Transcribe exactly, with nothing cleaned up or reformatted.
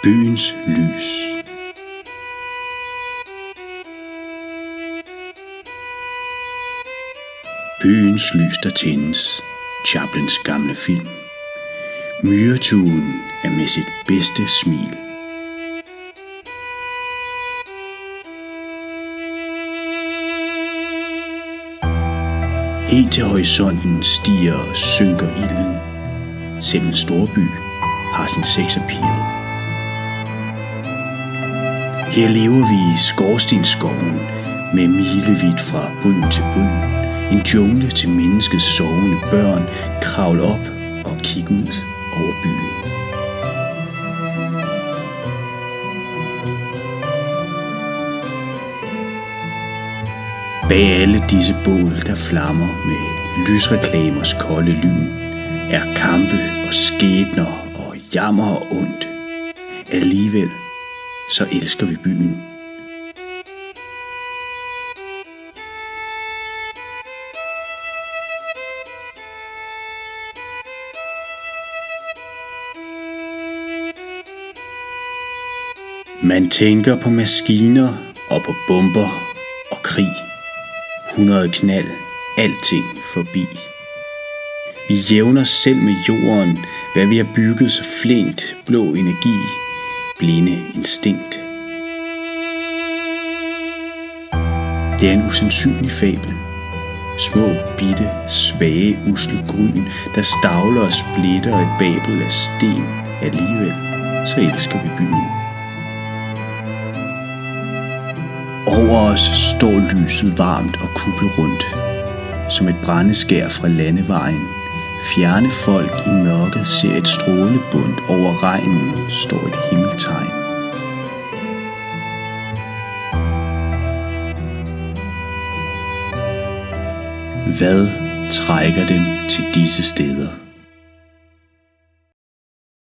Byens lys. Byens lys, der tændes. Chaplins gamle film. Myretuen er med sit bedste smil. Helt til horisonten stiger og synker ilden. Selv en storby har sin sexappeal. Her lever vi i skorstenskoven med milevidt fra bryn til bryn. En jungle til menneskets sovende børn. Kravl op og kig ud over byen. Bag alle disse bål, der flammer med lysreklamers kolde lyn, er kampe og skæbner og jammer og ondt. Alligevel så elsker vi byen. Man tænker på maskiner og på bomber og krig. Hundrede knald, alting forbi. Vi jævner selv med jorden, hvad vi har bygget så flink. Blå energi, blinde instinkt. Det er en usandsynlig fabel. Små, bitte, svage, usle gryn, der stavler og splitter et babel af sten. Alligevel så elsker vi byen. Over os står lyset varmt og kuppelrundt, som et brændeskær fra landevejen. Fjerne folk i mørket ser et strålebund. Over regnen står et himmeltegn. Hvad trækker dem til disse steder?